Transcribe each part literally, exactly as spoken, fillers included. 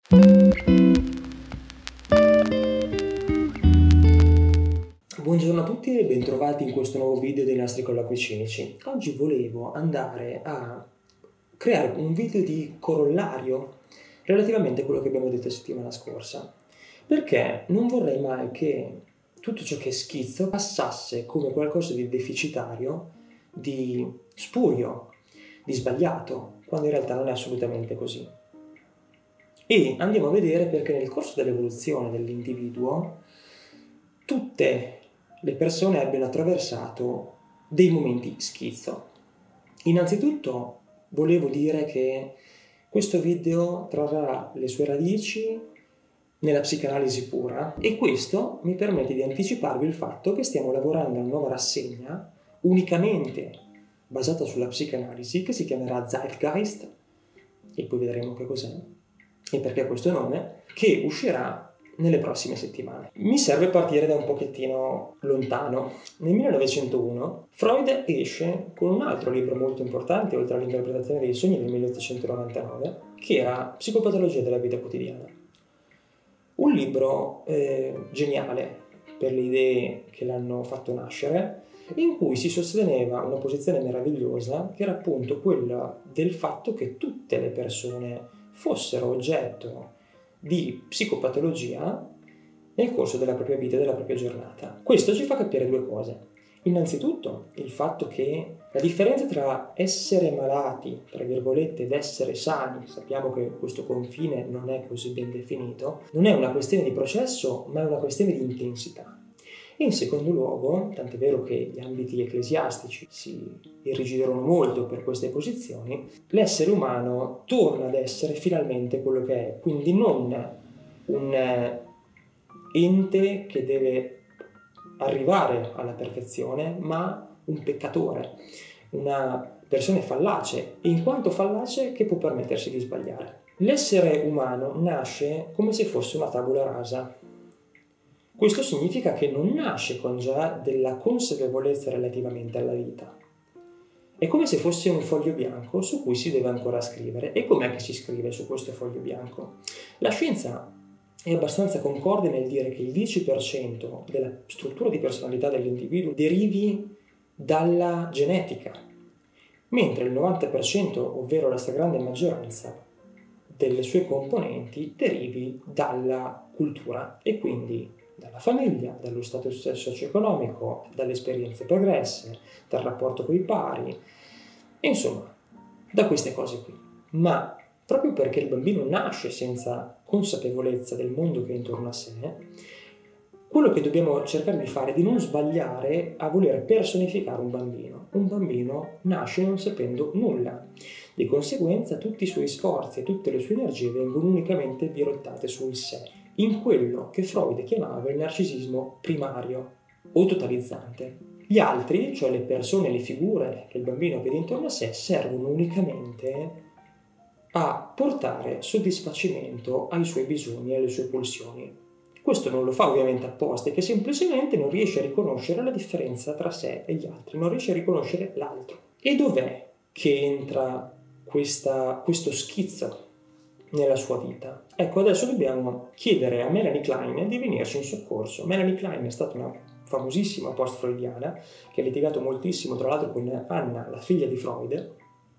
Buongiorno a tutti e bentrovati in questo nuovo video dei nostri colloqui cinici. Oggi volevo andare a creare un video di corollario relativamente a quello che abbiamo detto la settimana scorsa, perché non vorrei mai che tutto ciò che è schizzo passasse come qualcosa di deficitario, di spurio, di sbagliato, quando in realtà non è assolutamente così. E andiamo a vedere perché nel corso dell'evoluzione dell'individuo tutte le persone abbiano attraversato dei momenti schizzo. Innanzitutto volevo dire che questo video trarrà le sue radici nella psicanalisi pura e questo mi permette di anticiparvi il fatto che stiamo lavorando a una nuova rassegna unicamente basata sulla psicanalisi che si chiamerà Zeitgeist, e poi vedremo che cos'è e perché questo nome, che uscirà nelle prossime settimane. Mi serve partire da un pochettino lontano. Nel millenovecentouno Freud esce con un altro libro molto importante, oltre all'interpretazione dei sogni del milleottocentonovantanove, che era Psicopatologia della vita quotidiana. Un libro eh, geniale per le idee che l'hanno fatto nascere, in cui si sosteneva una posizione meravigliosa, che era appunto quella del fatto che tutte le persone fossero oggetto di psicopatologia nel corso della propria vita e della propria giornata. Questo ci fa capire due cose. Innanzitutto il fatto che la differenza tra essere malati, tra virgolette, ed essere sani, sappiamo che questo confine non è così ben definito, non è una questione di processo, ma è una questione di intensità. E in secondo luogo, tant'è vero che gli ambiti ecclesiastici si irrigidirono molto per queste posizioni, l'essere umano torna ad essere finalmente quello che è, quindi non un ente che deve arrivare alla perfezione, ma un peccatore, una persona fallace, e in quanto fallace che può permettersi di sbagliare. L'essere umano nasce come se fosse una tabula rasa. Questo significa che non nasce con già della consapevolezza relativamente alla vita. È come se fosse un foglio bianco su cui si deve ancora scrivere. E com'è che si scrive su questo foglio bianco? La scienza è abbastanza concorde nel dire che il dieci per cento della struttura di personalità dell'individuo derivi dalla genetica, mentre il novanta per cento, ovvero la stragrande maggioranza delle sue componenti, derivi dalla cultura e quindi dalla famiglia, dallo status socio-economico, dalle esperienze pregresse, dal rapporto coi pari, e insomma, da queste cose qui. Ma proprio perché il bambino nasce senza consapevolezza del mondo che è intorno a sé, quello che dobbiamo cercare di fare è di non sbagliare a voler personificare un bambino. Un bambino nasce non sapendo nulla. Di conseguenza tutti i suoi sforzi e tutte le sue energie vengono unicamente dirottate sul sé, in quello che Freud chiamava il narcisismo primario o totalizzante. Gli altri, cioè le persone, le figure che il bambino vede intorno a sé, servono unicamente a portare soddisfacimento ai suoi bisogni e alle sue pulsioni. Questo non lo fa ovviamente apposta, è che semplicemente non riesce a riconoscere la differenza tra sé e gli altri, non riesce a riconoscere l'altro. E dov'è che entra questa, questo schizzo nella sua vita? Ecco, adesso dobbiamo chiedere a Melanie Klein di venirci in soccorso. Melanie Klein è stata una famosissima post-freudiana che ha litigato moltissimo, tra l'altro, con Anna, la figlia di Freud,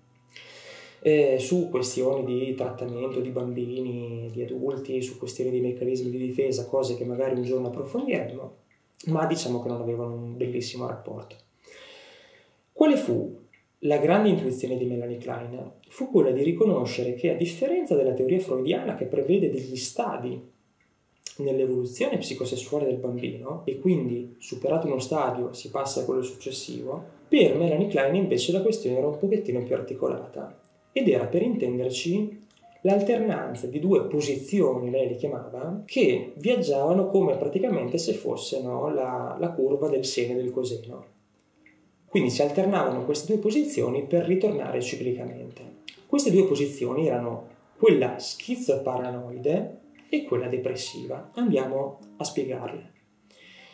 eh, su questioni di trattamento di bambini, di adulti, su questioni di meccanismi di difesa, cose che magari un giorno approfondiremo, ma diciamo che non avevano un bellissimo rapporto. Quale fu la grande intuizione di Melanie Klein? Fu quella di riconoscere che, a differenza della teoria freudiana che prevede degli stadi nell'evoluzione psicosessuale del bambino e quindi, superato uno stadio, si passa a quello successivo, per Melanie Klein invece la questione era un pochettino più articolata ed era, per intenderci, l'alternanza di due posizioni, lei le chiamava, che viaggiavano come praticamente se fossero la, la curva del seno e del coseno. Quindi si alternavano queste due posizioni per ritornare ciclicamente. Queste due posizioni erano quella schizoparanoide e quella depressiva. Andiamo a spiegarle.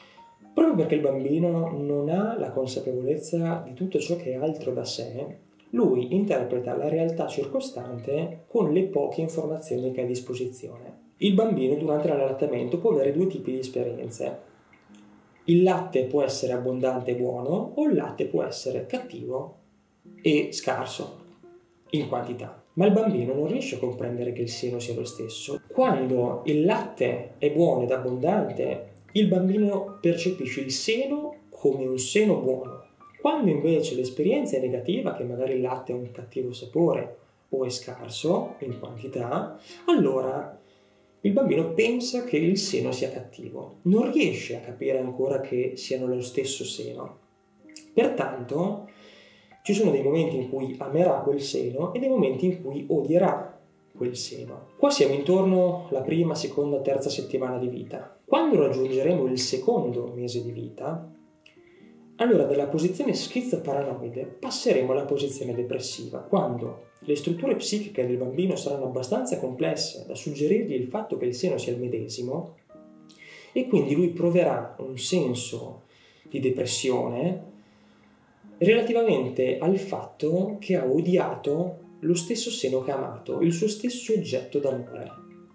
Proprio perché il bambino non ha la consapevolezza di tutto ciò che è altro da sé, lui interpreta la realtà circostante con le poche informazioni che ha a disposizione. Il bambino durante l'allattamento può avere due tipi di esperienze. Il latte può essere abbondante e buono, o il latte può essere cattivo e scarso in quantità. Ma il bambino non riesce a comprendere che il seno sia lo stesso. Quando il latte è buono ed abbondante, il bambino percepisce il seno come un seno buono. Quando invece l'esperienza è negativa, che magari il latte ha un cattivo sapore o è scarso in quantità, allora il bambino pensa che il seno sia cattivo. Non riesce a capire ancora che siano lo stesso seno. Pertanto ci sono dei momenti in cui amerà quel seno e dei momenti in cui odierà quel seno. Qua siamo intorno alla prima, seconda, terza settimana di vita. Quando raggiungeremo il secondo mese di vita, allora dalla posizione schizoparanoide passeremo alla posizione depressiva, quando le strutture psichiche del bambino saranno abbastanza complesse da suggerirgli il fatto che il seno sia il medesimo e quindi lui proverà un senso di depressione relativamente al fatto che ha odiato lo stesso seno che ha amato, il suo stesso oggetto d'amore.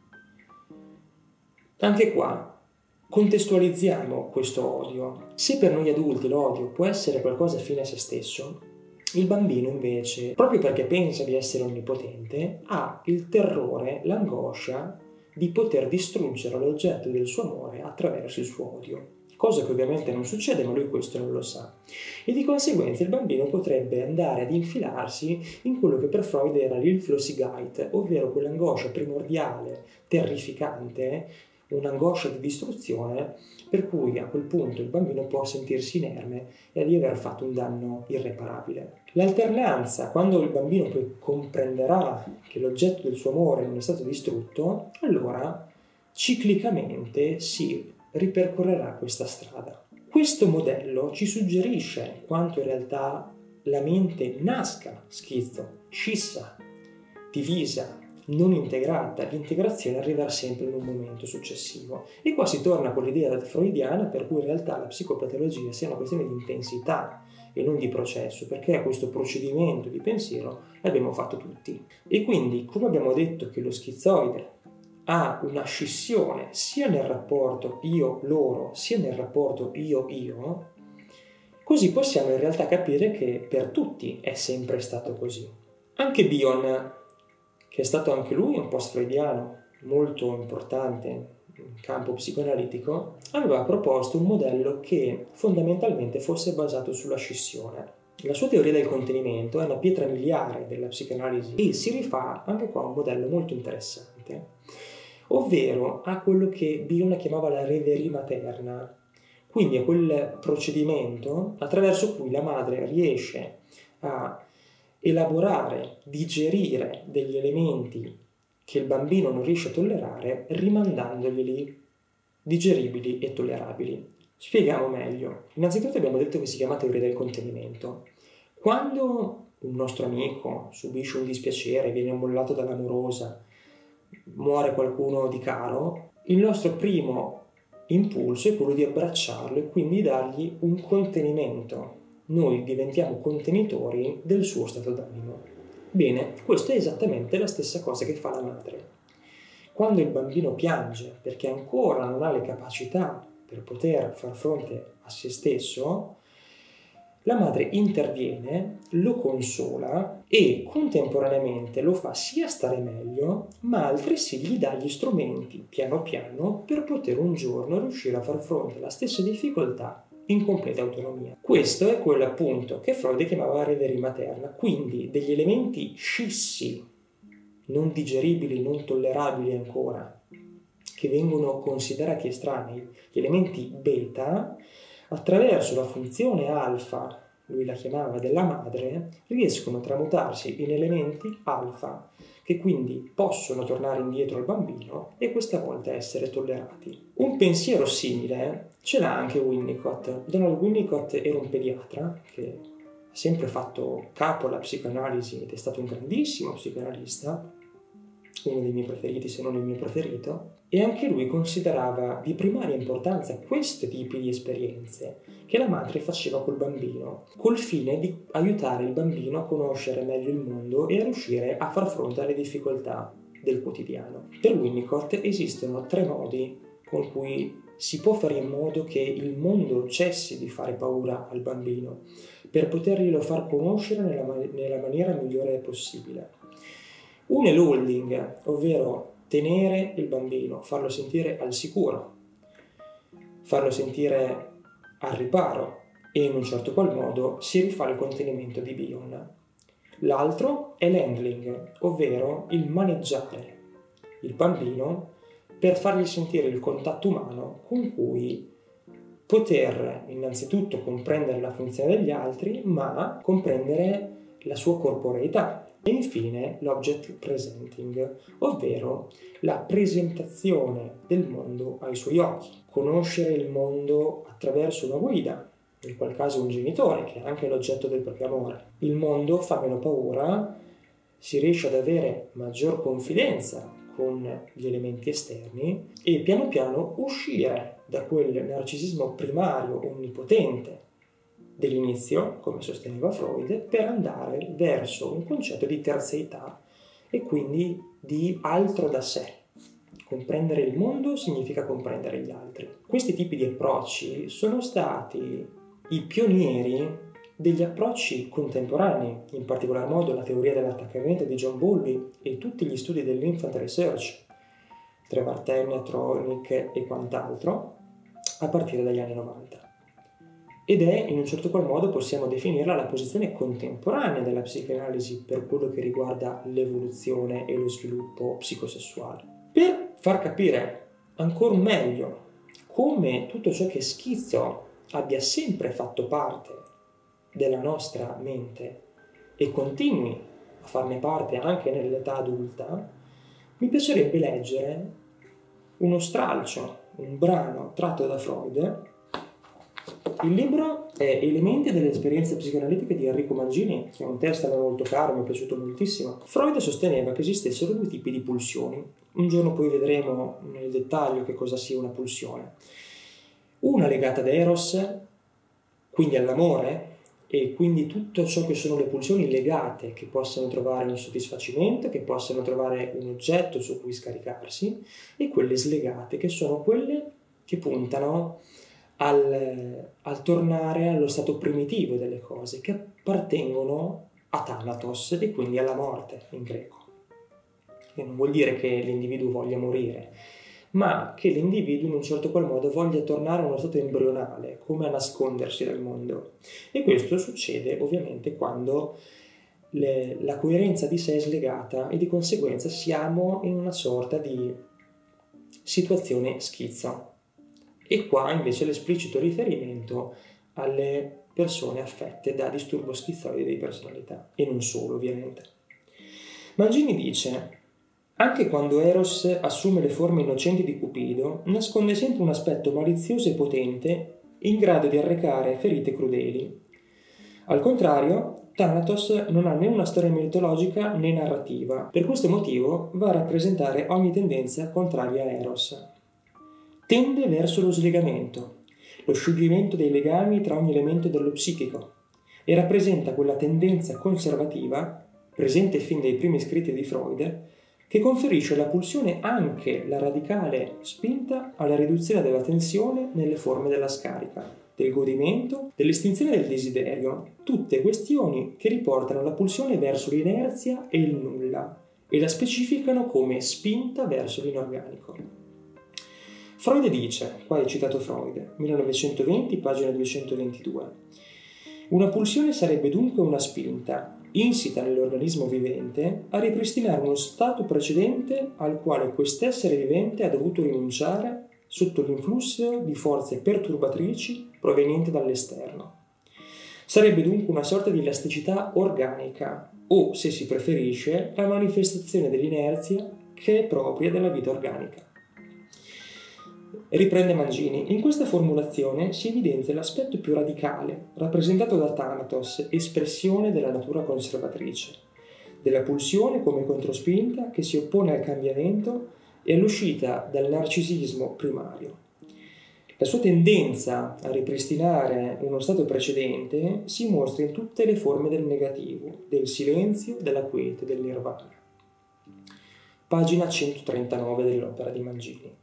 Anche qua contestualizziamo questo odio. Se per noi adulti l'odio può essere qualcosa fine a se stesso, il bambino invece, proprio perché pensa di essere onnipotente, ha il terrore, l'angoscia di poter distruggere l'oggetto del suo amore attraverso il suo odio. Cosa che ovviamente non succede, ma lui questo non lo sa. E di conseguenza il bambino potrebbe andare ad infilarsi in quello che per Freud era l'Hilflosigkeit, ovvero quell'angoscia primordiale, terrificante, un'angoscia di distruzione, per cui a quel punto il bambino può sentirsi inerme e di aver fatto un danno irreparabile. L'alternanza, quando il bambino poi comprenderà che l'oggetto del suo amore non è stato distrutto, allora ciclicamente si ripercorrerà questa strada. Questo modello ci suggerisce quanto in realtà la mente nasca schizzo, scissa, divisa, non integrata. L'integrazione arriverà sempre in un momento successivo. E qua si torna con l'idea freudiana per cui in realtà la psicopatologia sia una questione di intensità e non di processo, perché questo procedimento di pensiero l'abbiamo fatto tutti. E quindi, come abbiamo detto che lo schizoide ha una scissione sia nel rapporto io-loro, sia nel rapporto io-io, così possiamo in realtà capire che per tutti è sempre stato così. Anche Bion, che è stato anche lui un post-freudiano molto importante in campo psicoanalitico, aveva proposto un modello che fondamentalmente fosse basato sulla scissione. La sua teoria del contenimento è una pietra miliare della psicoanalisi e si rifà anche qua a un modello molto interessante, ovvero a quello che Bion chiamava la reverie materna, quindi a quel procedimento attraverso cui la madre riesce a elaborare, digerire degli elementi che il bambino non riesce a tollerare, rimandandoglieli digeribili e tollerabili. Spieghiamo meglio. Innanzitutto abbiamo detto che si chiama teoria del contenimento. Quando un nostro amico subisce un dispiacere, viene mollato dall'amorosa, muore qualcuno di caro, il nostro primo impulso è quello di abbracciarlo e quindi dargli un contenimento. Noi diventiamo contenitori del suo stato d'animo. Bene, questo è esattamente la stessa cosa che fa la madre. Quando il bambino piange perché ancora non ha le capacità per poter far fronte a se stesso, la madre interviene, lo consola e contemporaneamente lo fa sia stare meglio, ma altresì gli dà gli strumenti, piano piano, per poter un giorno riuscire a far fronte alla stessa difficoltà in completa autonomia. Questo è quello appunto che Freud chiamava reverie materna, quindi degli elementi scissi, non digeribili, non tollerabili ancora, che vengono considerati estranei, gli elementi beta, attraverso la funzione alfa, lui la chiamava della madre, riescono a tramutarsi in elementi alfa, che quindi possono tornare indietro al bambino e questa volta essere tollerati. Un pensiero simile ce l'ha anche Winnicott. Donald Winnicott era un pediatra che ha sempre fatto capo alla psicoanalisi ed è stato un grandissimo psicoanalista, uno dei miei preferiti se non il mio preferito, e anche lui considerava di primaria importanza questi tipi di esperienze che la madre faceva col bambino, col fine di aiutare il bambino a conoscere meglio il mondo e a riuscire a far fronte alle difficoltà del quotidiano. Per Winnicott esistono tre modi con cui si può fare in modo che il mondo cessi di fare paura al bambino, per poterglielo far conoscere nella, man- nella maniera migliore possibile. Uno è l'holding, ovvero tenere il bambino, farlo sentire al sicuro, farlo sentire al riparo, e in un certo qual modo si rifà il contenimento di Bion. L'altro è l'handling, ovvero il maneggiare il bambino per fargli sentire il contatto umano con cui poter innanzitutto comprendere la funzione degli altri, ma comprendere la sua corporeità. E infine l'object presenting, ovvero la presentazione del mondo ai suoi occhi. Conoscere il mondo attraverso una guida, in quel caso un genitore, che è anche l'oggetto del proprio amore. Il mondo fa meno paura, si riesce ad avere maggior confidenza con gli elementi esterni e piano piano uscire da quel narcisismo primario onnipotente dell'inizio, come sosteneva Freud, per andare verso un concetto di terzietà e quindi di altro da sé. Comprendere il mondo significa comprendere gli altri. Questi tipi di approcci sono stati i pionieri degli approcci contemporanei, in particolar modo la teoria dell'attaccamento di John Bowlby e tutti gli studi dell'infant research, Tremartin, Tronick e quant'altro, a partire dagli anni novanta. Ed è, in un certo qual modo, possiamo definirla la posizione contemporanea della psicanalisi per quello che riguarda l'evoluzione e lo sviluppo psicosessuale. Per far capire ancora meglio come tutto ciò che è schizzo abbia sempre fatto parte della nostra mente e continui a farne parte anche nell'età adulta, mi piacerebbe leggere uno stralcio, un brano tratto da Freud. Il libro è Elementi delle esperienze psicoanalitiche di Enrico Mangini, che è un testo a me molto caro, mi è piaciuto moltissimo. Freud sosteneva che esistessero due tipi di pulsioni. Un giorno poi vedremo nel dettaglio che cosa sia una pulsione. Una legata ad Eros, quindi all'amore, e quindi tutto ciò che sono le pulsioni legate, che possono trovare un soddisfacimento, che possono trovare un oggetto su cui scaricarsi, e quelle slegate, che sono quelle che puntano al, al tornare allo stato primitivo delle cose, che appartengono a Thanatos e quindi alla morte in greco. Che non vuol dire che l'individuo voglia morire, ma che l'individuo in un certo qual modo voglia tornare a uno stato embrionale, come a nascondersi dal mondo. E questo succede ovviamente quando le, la coerenza di sé è slegata e di conseguenza siamo in una sorta di situazione schizzo. E qua invece l'esplicito riferimento alle persone affette da disturbo schizoide di personalità, e non solo ovviamente. Mangini dice: anche quando Eros assume le forme innocenti di Cupido, nasconde sempre un aspetto malizioso e potente in grado di arrecare ferite crudeli. Al contrario, Thanatos non ha né una storia mitologica né narrativa. Per questo motivo va a rappresentare ogni tendenza contraria a Eros. Tende verso lo slegamento, lo scioglimento dei legami tra ogni elemento dello psichico, e rappresenta quella tendenza conservativa, presente fin dai primi scritti di Freud, che conferisce alla pulsione anche la radicale spinta alla riduzione della tensione nelle forme della scarica, del godimento, dell'estinzione del desiderio, tutte questioni che riportano la pulsione verso l'inerzia e il nulla e la specificano come spinta verso l'inorganico. Freud dice, qua è citato Freud, millenovecentoventi, pagina duecentoventidue, una pulsione sarebbe dunque una spinta, insita nell'organismo vivente, a ripristinare uno stato precedente al quale quest'essere vivente ha dovuto rinunciare sotto l'influsso di forze perturbatrici provenienti dall'esterno. Sarebbe dunque una sorta di elasticità organica, o, se si preferisce, la manifestazione dell'inerzia che è propria della vita organica. Riprende Mangini, in questa formulazione si evidenzia l'aspetto più radicale, rappresentato da Thanatos, espressione della natura conservatrice. della pulsione come controspinta che si oppone al cambiamento e all'uscita dal narcisismo primario. La sua tendenza a ripristinare uno stato precedente si mostra in tutte le forme del negativo, del silenzio, della quiete, del nirvana. Pagina centotrentanove dell'opera di Mangini.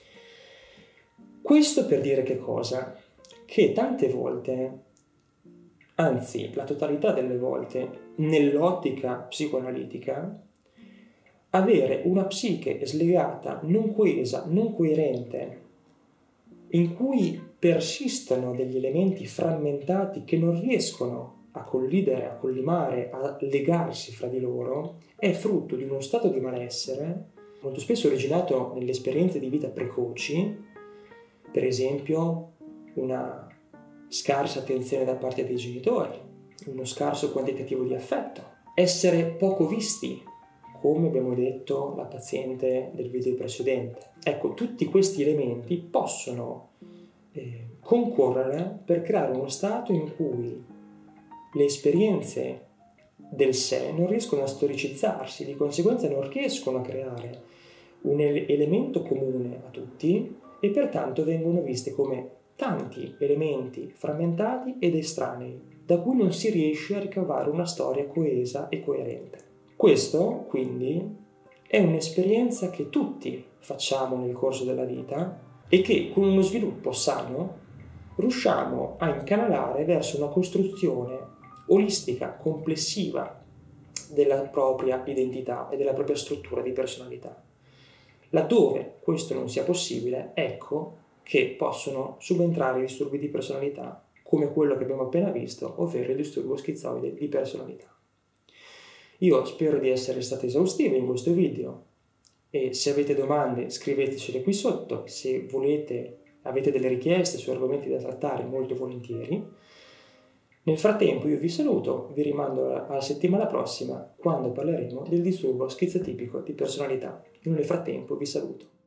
Questo per dire che cosa? Che tante volte, anzi la totalità delle volte, nell'ottica psicoanalitica, avere una psiche slegata, non coesa, non coerente, in cui persistono degli elementi frammentati che non riescono a collidere, a collimare, a legarsi fra di loro, è frutto di uno stato di malessere, molto spesso originato nelle esperienze di vita precoci, per esempio una scarsa attenzione da parte dei genitori, uno scarso quantitativo di affetto, essere poco visti, come abbiamo detto la paziente del video precedente. Ecco, tutti questi elementi possono eh, concorrere per creare uno stato in cui le esperienze del sé non riescono a storicizzarsi, di conseguenza non riescono a creare un ele- elemento comune a tutti e pertanto vengono viste come tanti elementi frammentati ed estranei, da cui non si riesce a ricavare una storia coesa e coerente. Questo, quindi, è un'esperienza che tutti facciamo nel corso della vita e che, con uno sviluppo sano, riusciamo a incanalare verso una costruzione olistica, complessiva della propria identità e della propria struttura di personalità. Laddove questo non sia possibile, ecco che possono subentrare i disturbi di personalità, come quello che abbiamo appena visto, ovvero il disturbo schizoide di personalità. Io spero di essere stato esaustivo in questo video e se avete domande scrivetecele qui sotto, se volete, avete delle richieste su argomenti da trattare molto volentieri. Nel frattempo io vi saluto, vi rimando alla settimana prossima quando parleremo del disturbo schizotipico di personalità. Io nel frattempo vi saluto.